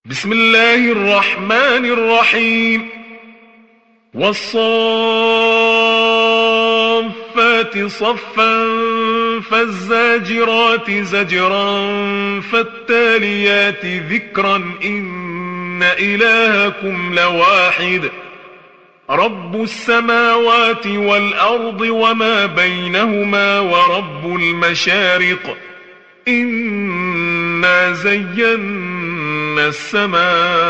بسم الله الرحمن الرحيم. والصافات صفا فالزاجرات زجرا فالتاليات ذكرا إن إلهكم لواحد رب السماوات والأرض وما بينهما ورب المشارق إنا زينا السماء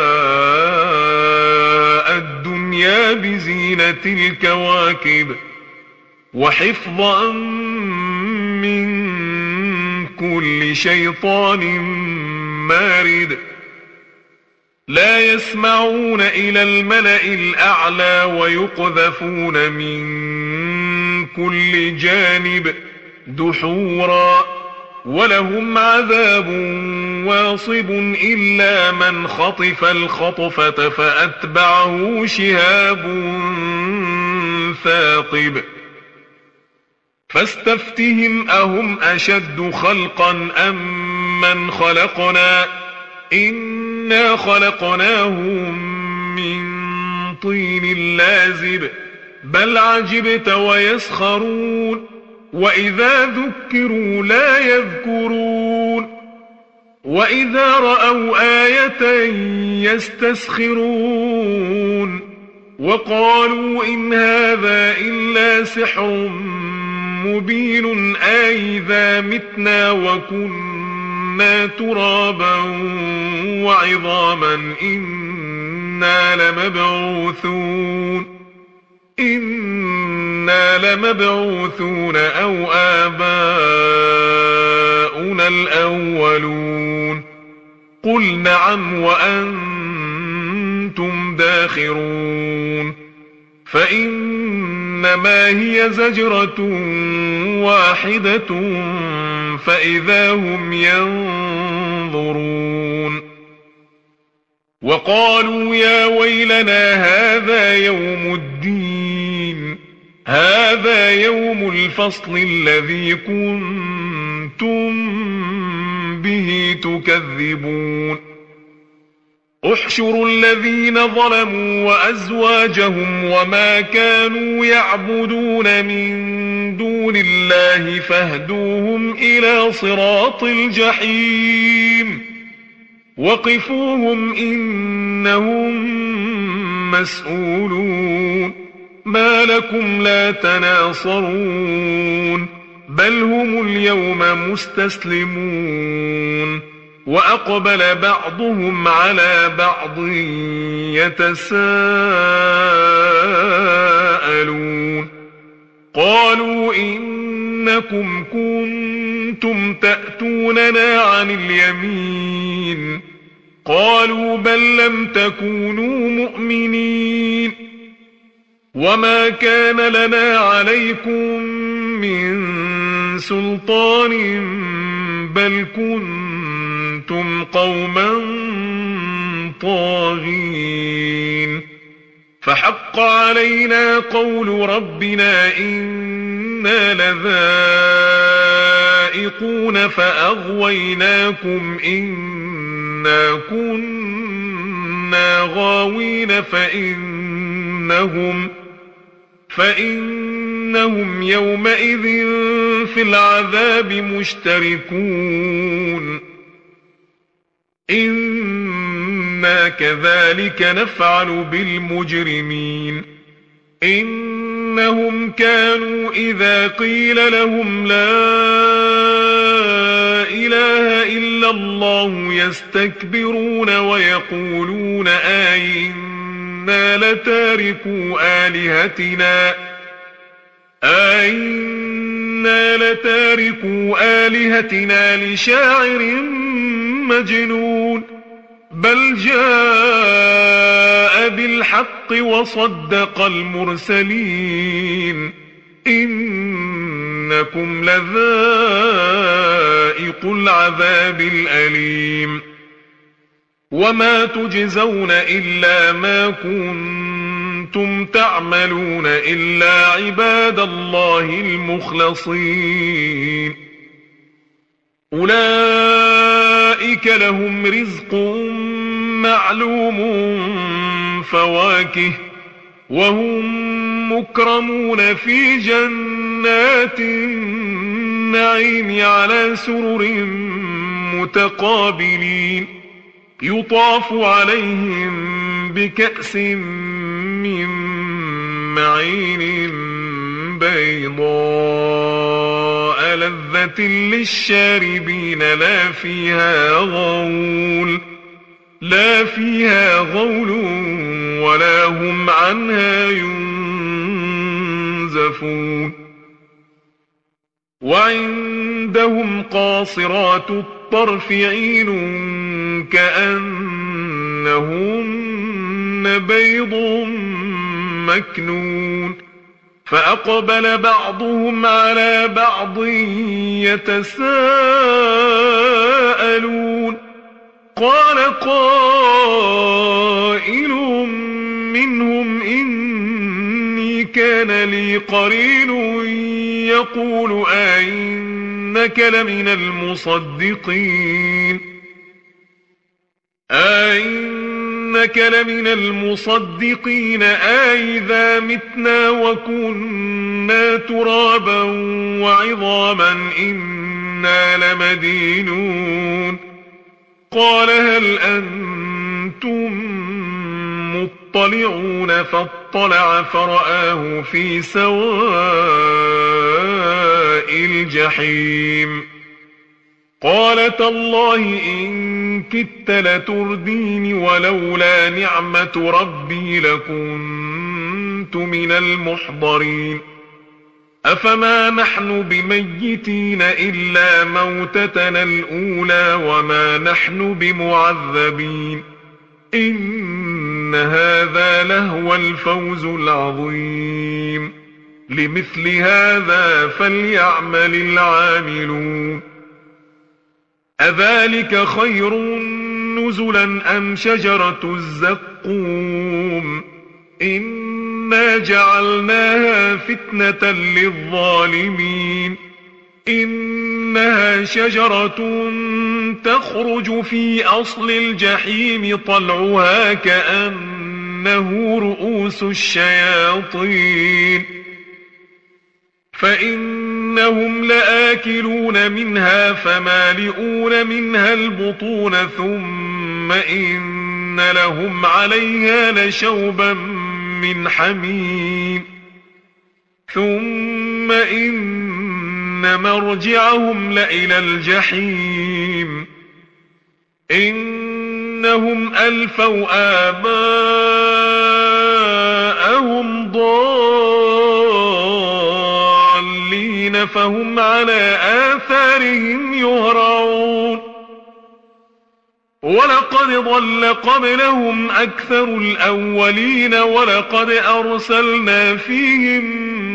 الدنيا بزينة الكواكب وحفظا من كل شيطان مارد لا يسمعون إلى الملأ الأعلى ويقذفون من كل جانب دحورا ولهم عذاب واصب إلا من خطف الخطفة فأتبعه شهاب ثاقب فاستفتهم أهم أشد خلقا أم من خلقنا إنا خلقناهم من طين لازب بل عجبت ويسخرون وإذا ذكروا لا يذكرون وإذا رأوا آية يستسخرون وقالوا إن هذا إلا سحر مبين أئذا متنا وكنا ترابا وعظاما إنا لمبعوثون أو آباؤنا الأولون قل نعم وأنتم داخرون فإنما هي زجرة واحدة فإذا هم ينظرون وقالوا يا ويلنا هذا يوم الفصل الذي كنتم به تكذبون احشروا الذين ظلموا وأزواجهم وما كانوا يعبدون من دون الله فاهدوهم إلى صراط الجحيم وقفوهم إنهم مسؤولون ما لكم لا تناصرون بل هم اليوم مستسلمون وأقبل بعضهم على بعض يتساءلون قالوا إنكم كنتم تأتوننا عن اليمين قالوا بل لم تكونوا مؤمنين وما كان لنا عليكم من سلطان بل كنتم قوما طاغين فحق علينا قول ربنا إنا لذائقون فأغويناكم إنا كنا غاوين فإنهم يومئذ في العذاب مشتركون إنا كذلك نفعل بالمجرمين إنهم كانوا إذا قيل لهم لا إله إلا الله يستكبرون ويقولون أئنا لتاركوا آلهتنا لشاعر مجنون بل جاء بالحق وصدق المرسلين إنكم لذائق العذاب الأليم وما تجزون إلا ما كنتم تعملون إلا عباد الله المخلصين أولئك لهم رزق معلوم فواكه وهم مكرمون في جنات النعيم على سرر متقابلين يطاف عليهم بكأس من معين بيضاء لذة للشاربين لا فيها غول ولا هم عنها ينزفون وعندهم قاصرات الطرف عين كأنهن بيض مكنون فأقبل بعضهم على بعض يتساءلون قال قائل منهم إني كان لي قرين يقول أئنك لمن المصدقين أئذا متنا وكنا ترابا وعظاما إنا لمدينون قال هل أنتم مطلعون فاطلع فرآه في سواء الجحيم قال تالله إن كدت لتردين ولولا نعمة ربي لكنت من المحضرين أفما نحن بميتين إلا موتتنا الأولى وما نحن بمعذبين إن هذا لهو الفوز العظيم لمثل هذا فليعمل العاملون أذلك خير نزلا أم شجرة الزقوم إنا جعلناها فتنة للظالمين إنها شجرة تخرج في أصل الجحيم طلعها كأنه رؤوس الشياطين فإنهم لآكلون منها فمالئون منها البطون ثم إن لهم عليها لشوبا من حميم ثم إن مرجعهم لإلى الجحيم إنهم ألفوا آباءهم ضالين فهم على آثارهم يهرعون ولقد ضل قبلهم أكثر الأولين ولقد أرسلنا فيهم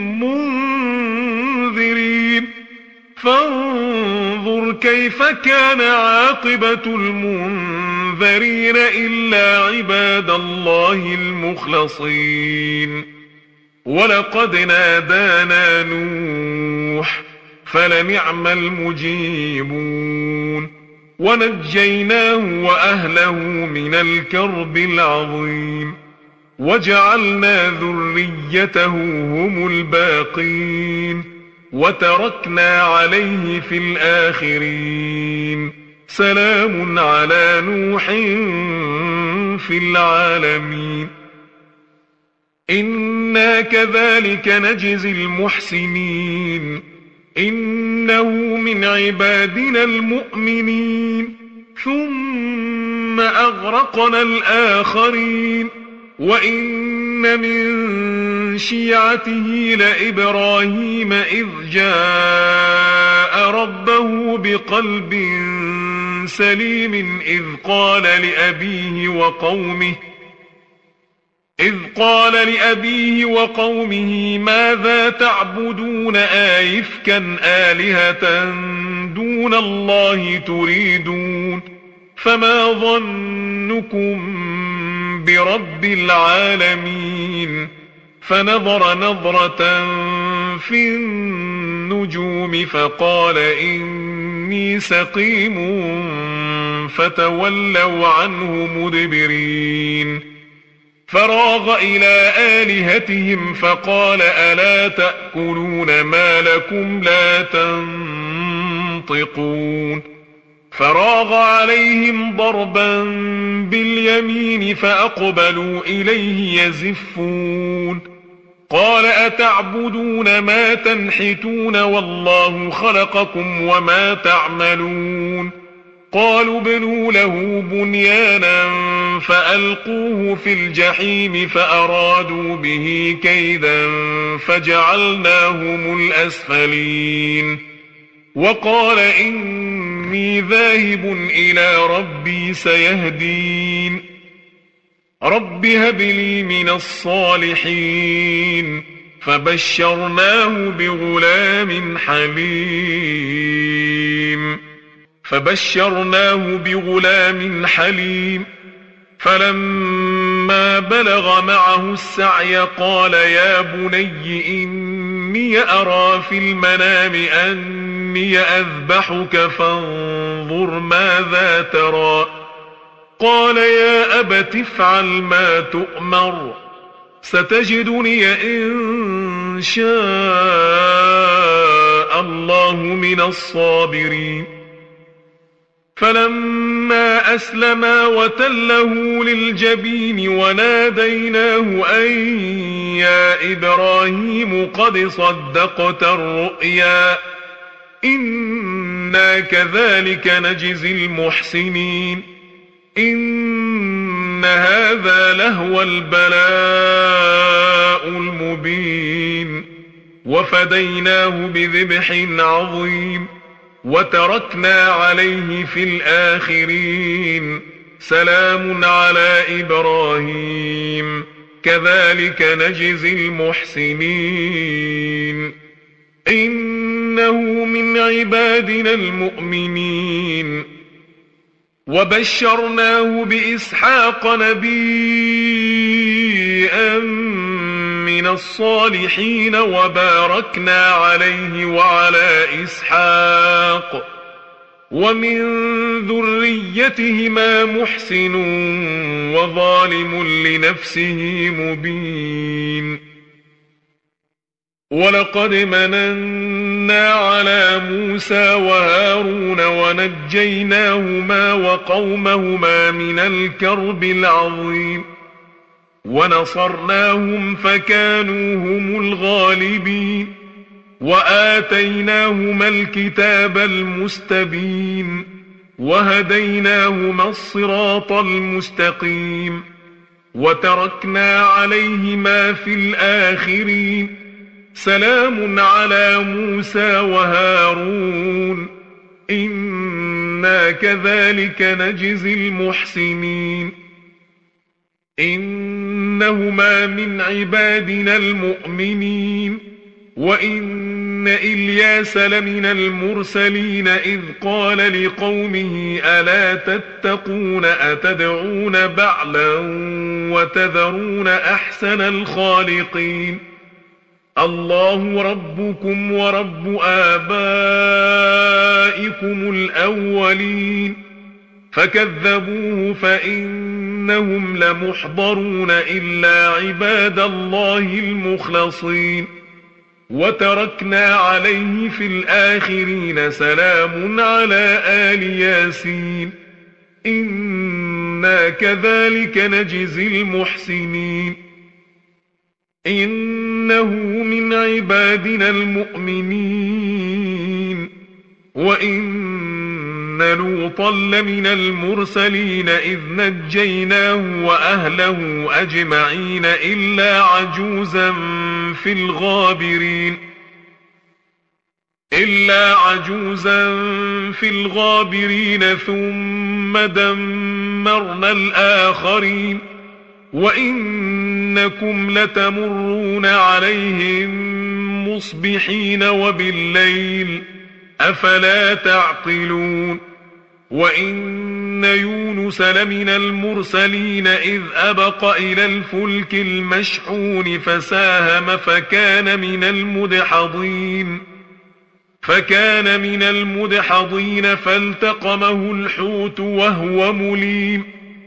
منذرين فانظر كيف كان عاقبة المنذرين إلا عباد الله المخلصين ولقد نادانا نوح فلنعم المجيبون ونجيناه وأهله من الكرب العظيم وجعلنا ذريته هم الباقين وتركنا عليه في الآخرين سلام على نوح في العالمين إنا كذلك نجزي المحسنين إنه من عبادنا المؤمنين ثم أغرقنا الآخرين وإن من شيعته لإبراهيم إذ جاء ربه بقلب سليم إذ قال لأبيه وقومه ماذا تعبدون آئفكا آلهة دون الله تريدون فما ظنكم برب العالمين فنظر نظرة في النجوم فقال إني سقيم فتولوا عنه مدبرين فراغ إلى آلهتهم فقال ألا تأكلون ما لكم لا تنطقون فراغ عليهم ضربا باليمين فأقبلوا إليه يزفون قال أتعبدون ما تنحتون والله خلقكم وما تعملون قالوا ابنوا له بنيانا فألقوه في الجحيم فأرادوا به كيدا فجعلناهم الأسفلين وقال إني ذاهب إلى ربي سيهدين رب هب لي من الصالحين فبشرناه بغلام حليم فلما بلغ معه السعي قال يا بني إني أرى في المنام أني أذبحك فانظر ماذا ترى قال يا أبت افعل ما تؤمر ستجدني إن شاء الله من الصابرين فلما أسلما وتله للجبين وناديناه أن يا إبراهيم قد صدقت الرؤيا إنا كذلك نجزي المحسنين إن هذا لهو البلاء المبين وفديناه بذبح عظيم وتركنا عليه في الآخرين سلام على إبراهيم كذلك نجزي المحسنين إنه من عبادنا المؤمنين وبشرناه بإسحاق نبيا من الصالحين وباركنا عليه وعلى إسحاق ومن ذريتهما محسن وظالم لنفسه مبين ولقد مننا على موسى وهارون ونجيناهما وقومهما من الكرب العظيم ونصرناهم فكانوا هم الغالبين وآتيناهما الكتاب المستبين وهديناهما الصراط المستقيم وتركنا عليهما في الآخرين سلام على موسى وهارون إنا كذلك نجزي المحسنين إنهما من عبادنا المؤمنين وإن إلياس لمن المرسلين إذ قال لقومه ألا تتقون أتدعون بعلا وتذرون أحسن الخالقين الله ربكم ورب آبائكم الأولين فكذبوه فإنهم لمحضرون إلا عباد الله المخلصين وتركنا عليه في الآخرين سلام على آل ياسين إنا كذلك نجزي المحسنين إنه من عبادنا المؤمنين وإن لوطا لمن المرسلين إذ نجيناه وأهله أجمعين إلا عجوزا في الغابرين ثم دمرنا الآخرين وإنكم لتمرون عليهم مصبحين وبالليل أفلا تعقلون وإن يونس لمن المرسلين إذ أبق إلى الفلك المشحون فساهم فكان من المدحضين فكان من المدحضين فالتقمه الحوت وهو مليم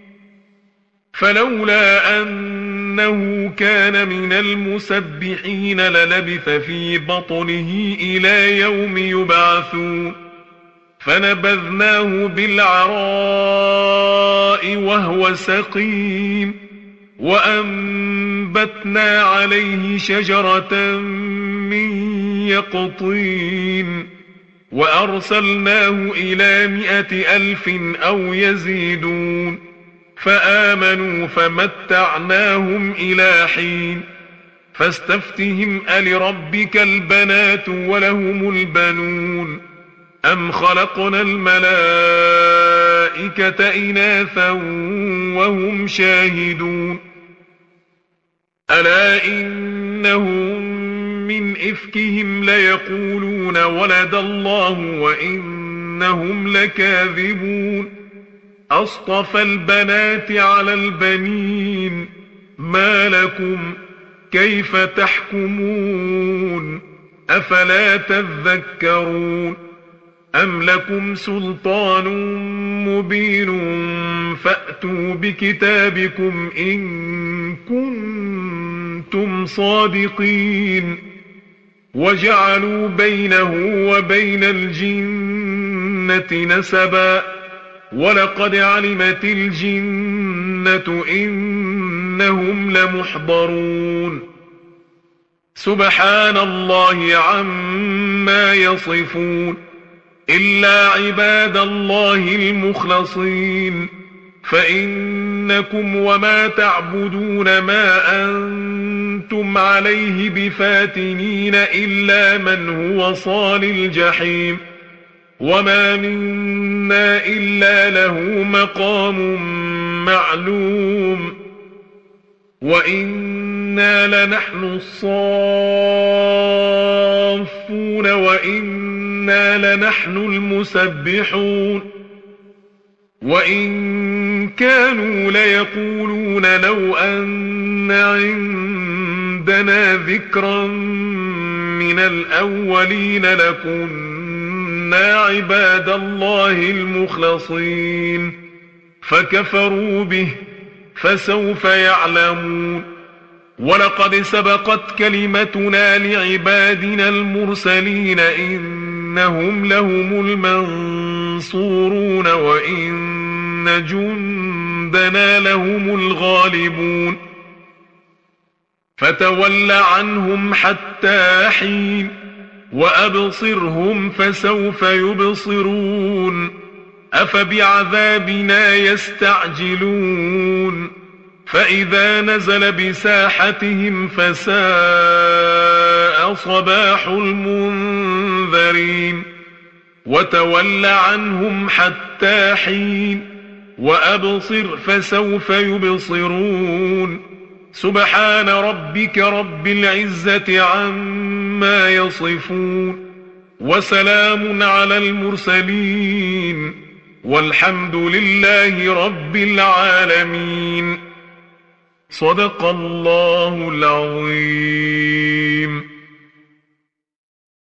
فلولا أنه كان من المسبحين للبث في بطنه إلى يوم يبعثون فنبذناه بالعراء وهو سقيم وأنبتنا عليه شجرة من يقطين وأرسلناه إلى 100,000 أو يزيدون فآمنوا فمتعناهم إلى حين فاستفتهم ألربك البنات ولهم البنون أم خلقنا الملائكة إناثا وهم شاهدون ألا إنهم من إفكهم ليقولون ولد الله وإنهم لكاذبون أصطفى البنات على البنين ما لكم كيف تحكمون أفلا تذكرون أم لكم سلطان مبين فأتوا بكتابكم إن كنتم صادقين وجعلوا بينه وبين الجنة نسبا ولقد علمت الجنة إنهم لمحضرون سبحان الله عما يصفون إلا عباد الله المخلصين فإنكم وما تعبدون ما أنتم عليه بفاتنين إلا من هو صال الجحيم وما منا إلا له مقام معلوم وإنا لنحن الصافون وإنا لنحن المسبحون وإن كانوا ليقولون لو أن عندنا ذكرا من الأولين لكنا عباد الله المخلصين فكفروا به فسوف يعلمون ولقد سبقت كلمتنا لعبادنا المرسلين إنهم لهم المنصورون وإن جندنا لهم الغالبون فتول عنهم حتى حين وأبصرهم فسوف يبصرون أفبعذابنا يستعجلون فإذا نزل بساحتهم فساء صباح المنذرين وتول عنهم حتى حين وأبصر فسوف يبصرون سبحان ربك رب العزة عما يصفون وسلام على المرسلين والحمد لله رب العالمين صدق الله العظيم.